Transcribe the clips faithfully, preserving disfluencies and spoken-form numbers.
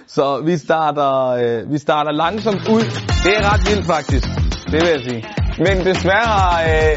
Så vi starter, øh, vi starter langsomt ud. Det er ret vildt faktisk, det vil jeg sige. Men desværre har øh,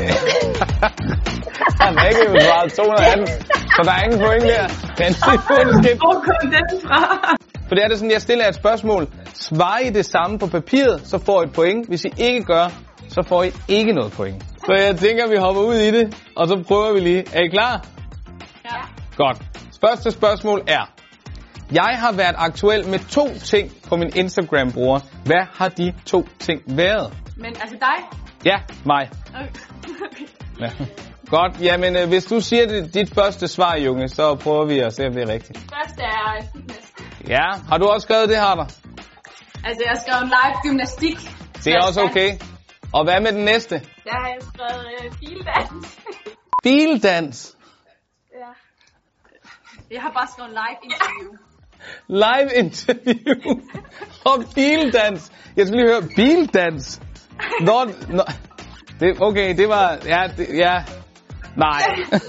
han ikke jo svaret to hundrede atten, så der er ingen point der. Men Hvor kom den fra? For det er det sådan, jeg stiller et spørgsmål. Svarer I det samme på papiret, så får I et point. Hvis I ikke gør, så får I ikke noget point. Så jeg tænker, vi hopper ud i det, og så prøver vi lige. Er I klar? Ja. Godt. Første spørgsmål er: jeg har været aktuel med to ting på min Instagram-bruger. Hvad har de to ting været? Men altså dig? Ja, mig. Okay. Ja. Godt, jamen øh, hvis du siger det, dit første svar, Junge, så prøver vi at se, om det er rigtigt. Første er fitness. Ja, har du også skrevet det, Harder? Altså, jeg har skrevet live gymnastik. Det er også okay. Og hvad med den næste? Jeg har skrevet øh, bildans. Bildans? Ja. Jeg har bare skrevet live interview. Live interview og bildans. Jeg skal lige høre, bildans? Nå, nå. Det, okay, det var, ja, det, ja, nej.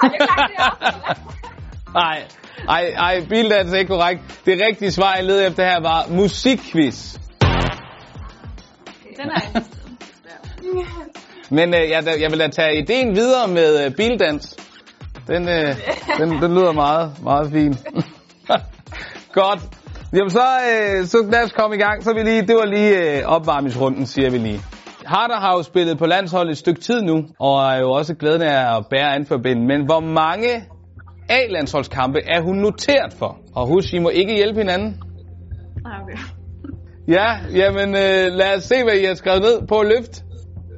Nej, ej, ej, bildans er ikke korrekt. Det rigtige svar, jeg ledte efter her, var musikquiz. Den er ikke. Men øh, jeg, jeg vil da tage ideen videre med øh, bildans. Den, øh, den, den lyder meget, meget fin. Godt. Jamen så, øh, så lad os komme i gang. Så vi lige, det var lige øh, opvarmningsrunden, siger vi lige. Harder har jo spillet på landsholdet et stykke tid nu, og er jo også glæden af at bære anførbinden. Men hvor mange A-landsholdskampe er hun noteret for? Og husk, I må ikke hjælpe hinanden. Okay. Ja, jamen øh, lad os se, hvad I har skrevet ned på løft. et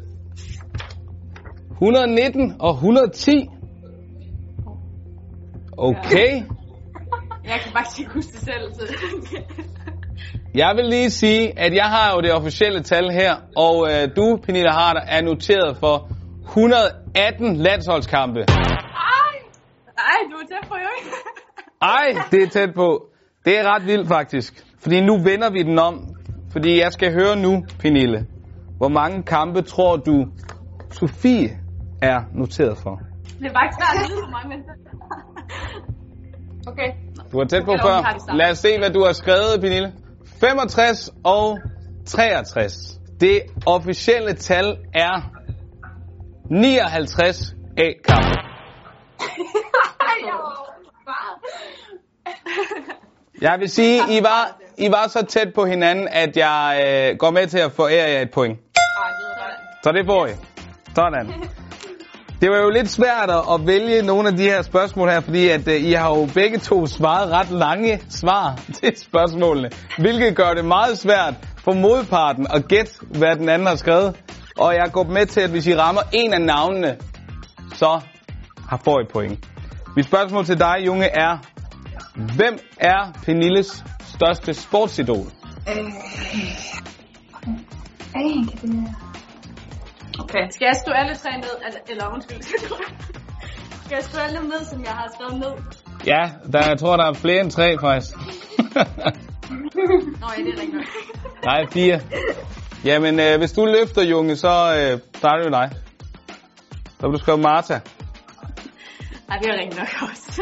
hundrede nitten og et hundrede ti. Okay. Jeg kan faktisk ikke huske det selv. Så. Jeg vil lige sige, at jeg har jo det officielle tal her, og øh, du, Pernille Harder, er noteret for et hundrede atten landsholdskampe. Ej, ej, du er tæt på, jo ikke? Ej, det er tæt på. Det er ret vildt faktisk. Fordi nu vender vi den om. Fordi jeg skal høre nu, Pernille. Hvor mange kampe tror du, Sofie er noteret for? Det er bare ikke svært at vide, hvor mange mennesker. Okay. Du var tæt på før. Lad os se, hvad du har skrevet, Pernille. femogtres og treogtres. Det officielle tal er nioghalvtreds A-kampe. Jeg vil sige, I var, I var så tæt på hinanden, at jeg øh, går med til at forære jer et point. Så det får I. Sådan. Det var jo lidt svært at vælge nogle af de her spørgsmål her, fordi at øh, I har jo begge to svaret ret lange svar til spørgsmålene. Hvilket gør det meget svært for modparten at gætte, hvad den anden har skrevet. Og jeg går med til, at hvis I rammer en af navnene, så har får I point. Mit spørgsmål til dig, Junge, er: hvem er Pernilles største sportsidol? Øh... Okay. Skal jeg stå alle tre ned? Eller, eller undskyld. Skal jeg stå alle ned, som jeg har skrevet ned? Ja, der, jeg tror, der er flere end tre, faktisk. Nå ja, det er rigtig nok. Nej, fire. Jamen, øh, hvis du løfter, Junge, så øh, starter det jo dig. Så vil du skrive Martha. Nej, det er rigtig nok også.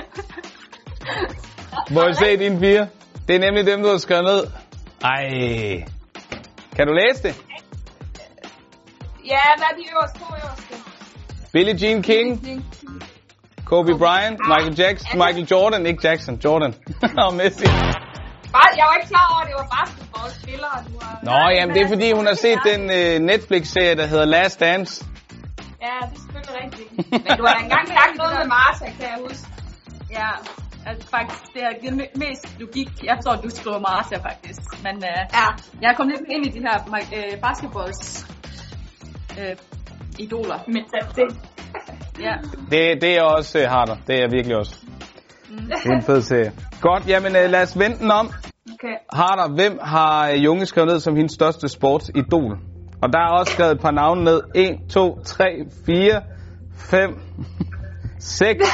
Må jeg se dine fire? Det er nemlig dem, du har skrevet ned. Ej. Kan du læse det? Ja, hvad er de øverste? To øverste. Billie Jean King, Kobe Bryant, Michael Jackson, Michael Jordan, ikke Jackson, Jordan og Messi. Jeg var ikke klar over, at det var basketballspillere. Nå, jamen det er fordi, hun har set den uh, Netflix-serie, der hedder Last Dance. Ja, det er selvfølgelig rigtigt. Men du har engang sagt noget med Martha, kan jeg huske. Ja, altså faktisk, det har givet mest logik. Jeg forstår, at du skriver Martha faktisk. Men uh, ja. Jeg er kommet lidt ind i de her uh, basketballs uh, idoler. Men det, ja. det, det er også uh, harder. Det er virkelig også. Mm. Det er en fed serie. Godt, jamen uh, lad os vente den om. Okay. Harder, hvem har uh, Junge skrevet ned som hendes største sportsidol? Og der er også skrevet et par navne ned. en, to, tre, fire, fem, seks.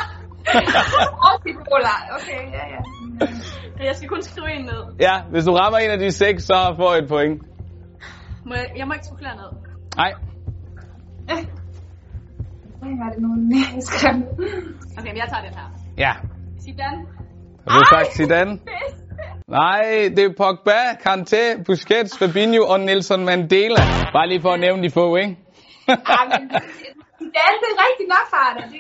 Okay, ja, ja. Jeg skal kun skrive en ned. Ja, hvis du rammer en af de seks, så får jeg et point. Må jeg, jeg må ikke skrive flere ned. Nej. Hvad er det nogen mennesker? Okay, men jeg tager den her. Ja. Zidane. Har du sagt Zidane? Nej, det er Pogba, Kanté, Busquets, Fabinho og Nelson Mandela. Bare lige for at nævne de få, ikke? Ej, men det er altid rigtigt nok, far. Det...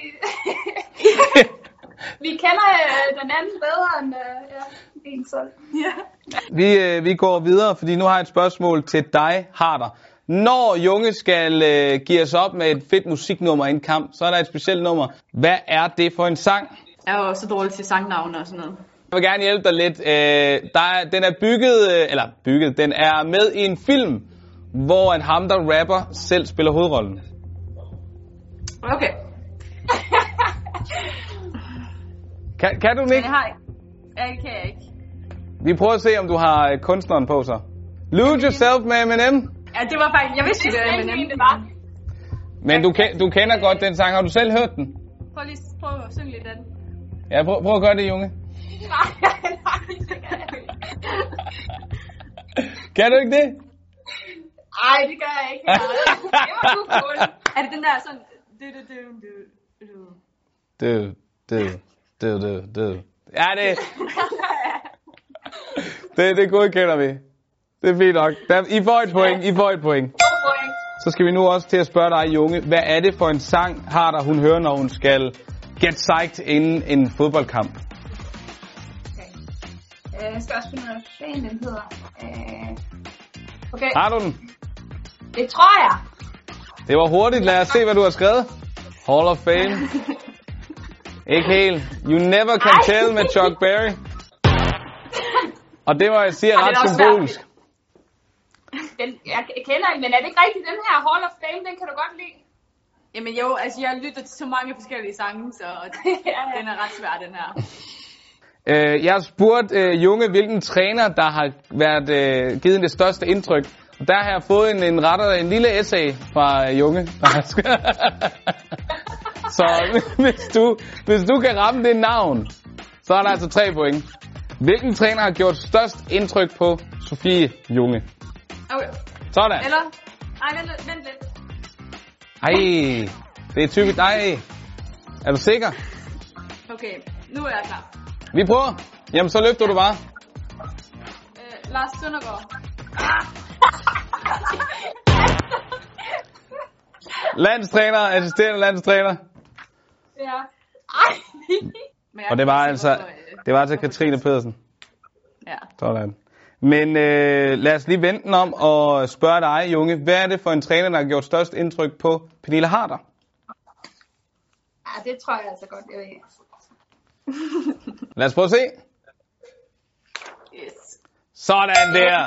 Vi kender øh, den anden bedre end øh, ja, en sådan. Ja. Vi, øh, vi går videre, fordi nu har jeg et spørgsmål til dig, Harder. Når Junge skal øh, give os op med et fedt musiknummer i en kamp, så er der et specielt nummer. Hvad er det for en sang? Jeg er jo så dårlig til sangnavne og sådan noget. Jeg vil gerne hjælpe dig lidt. Øh, der er, den er bygget, øh, eller bygget, den er med i en film, hvor at ham, der rapper, selv spiller hovedrollen. Okay. Kan, kan du den ikke? Jeg har ikke. Ja, det kan jeg ikke. Vi prøver at se, om du har øh, kunstneren på så. Lose Yourself med Eminem. Ja, det var faktisk... Jeg vidste, det var Eminem, det var. Men du, du kender godt den sang. Har du selv hørt den? Prøv lige prøv at synge lidt af den. Ja, prøv, prøv at gøre det, Junge. Nej, nej, det kan jeg ikke. Kan du ikke det? Nej, det gør jeg ikke. Det var du cool. Er det den der sådan... Du, du, du, du, du, du, du, du, du. Ja, det... det, det godkender vi. Det er fint nok. I får et point, I får et point. Så skal vi nu også til at spørge dig, Junge. Hvad er det for en sang, har der hun hører, når hun skal get psyched inden en fodboldkamp? Okay. Jeg skal også finde ud af, hvad den hedder. Okay. Har du den? Det tror jeg. Det var hurtigt. Lad os se, hvad du har skrevet. Hall of Fame. Ikke helt. You Never Can Ej. Tell med Chuck Berry. Og det var, jeg siger, ret symbolisk. Den, jeg kender ikke, men er det ikke rigtigt, den her Hall of Fame, den kan du godt lide? Jamen jo, altså jeg lytter til så mange forskellige sange, så ja, ja. Den er ret svær, den her. Øh, jeg har spurgt øh, Junge, hvilken træner, der har været øh, givet det største indtryk. Og der har jeg fået en, en retter, en lille essay fra øh, Junge. Så hvis du, hvis du kan ramme det navn, så er der altså tre point. Hvilken træner har gjort størst indtryk på Sofie Junge? Okay. Sådan. Eller? Ej, vent lidt, vent lidt. Ej, det er typisk. Nej. Er du sikker? Okay, nu er jeg klar. Vi prøver. Jamen, så løfter du bare. Øh, Lars Søndergaard. Landstræner, assisterende landstræner. Ja. Ej. Og det var altså, det var altså Katrine Pedersen. Ja. Sådan. Men øh, lad os lige vente den om og spørge dig, Junge. Hvad er det for en træner, der har gjort størst indtryk på Pernille Harder? Ja, det tror jeg altså godt, jeg ved. Lad os prøve at se. Yes. Sådan der.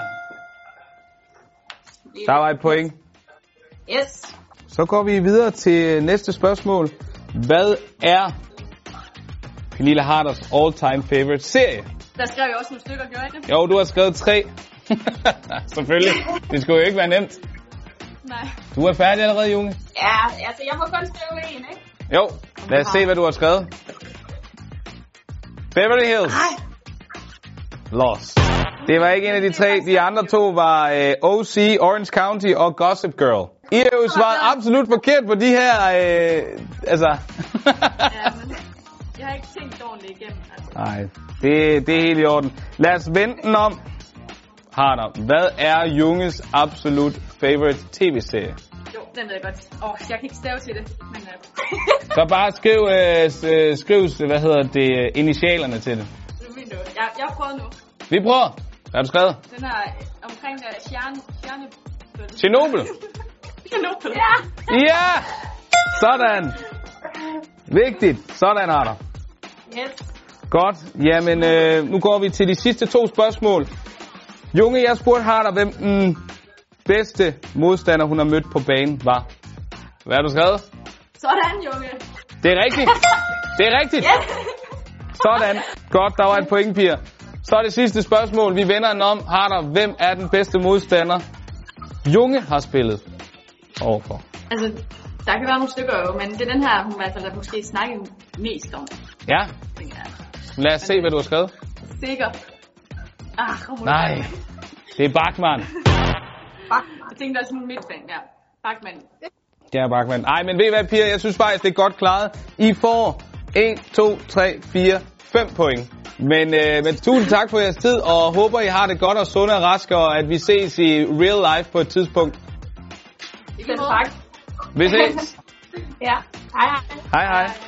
Der var et point. Yes. Så går vi videre til næste spørgsmål. Hvad er Pernille Harders all-time favorite serie? Der skrev jeg også nogle stykker, gjorde jeg det? Jo, du har skrevet tre. Selvfølgelig. Det skulle jo ikke være nemt. Nej. Du er færdig allerede, Junge? Ja, altså jeg må kun skrive en, ikke? Jo, lad os se, hvad du har skrevet. Beverly Hills. Nej. Lost. Det var ikke en af de tre. De andre to var uh, O C, Orange County og Gossip Girl. I har jo svaret absolut forkert på de her, øh, altså... Ja, men jeg har ikke tænkt ordentligt igennem, altså. Nej, det, det er helt i orden. Lad os vente den om. Harder, hvad er Junges absolut favorite tv-serie? Jo, den ved jeg godt. Åh, oh, jeg kan ikke stave til det, men... Uh... Så bare skriv, øh, skriv, hvad hedder det, initialerne til det. Jeg, jeg har prøvet nu. Vi prøver. Hvad har du skrevet? Den er omkring uh, Tjerne... Tjernebøl. Tjernobyl. Tjernobyl. Ja. Ja! Sådan. Vigtigt. Sådan, Harder. Yes. Godt. Jamen, øh, nu går vi til de sidste to spørgsmål. Junge, jeg spurgte Harder, hvem den bedste modstander, hun har mødt på banen, var. Hvad har du skrevet? Sådan, Junge. Det er rigtigt. Det er rigtigt. Yes. Sådan. Godt, der var et point, piger. Så er det sidste spørgsmål. Vi vender den om. Harder, hvem er den bedste modstander, Junge har spillet overfor? Altså, der kan være nogle stykker jo, men det er den her, hun i hvert fald har måske snakket mest om. Ja. Lad os se, hvad du har skrevet. Sikker. Ah, kom Nej, det er Bachmann. Bachmann. Jeg tænkte også sådan en midtbane, ja. Bachmann. Det er Bachmann. Ej, men ved I hvad, piger? Jeg synes faktisk, det er godt klaret. I får en, to, tre, fire, fem point. Men, øh, men tusind tak for jeres tid, og håber, I har det godt og sunde og raske, og at vi ses i real life på et tidspunkt. Selv tak. Vi ses. Ja, hej hej. Hej hej.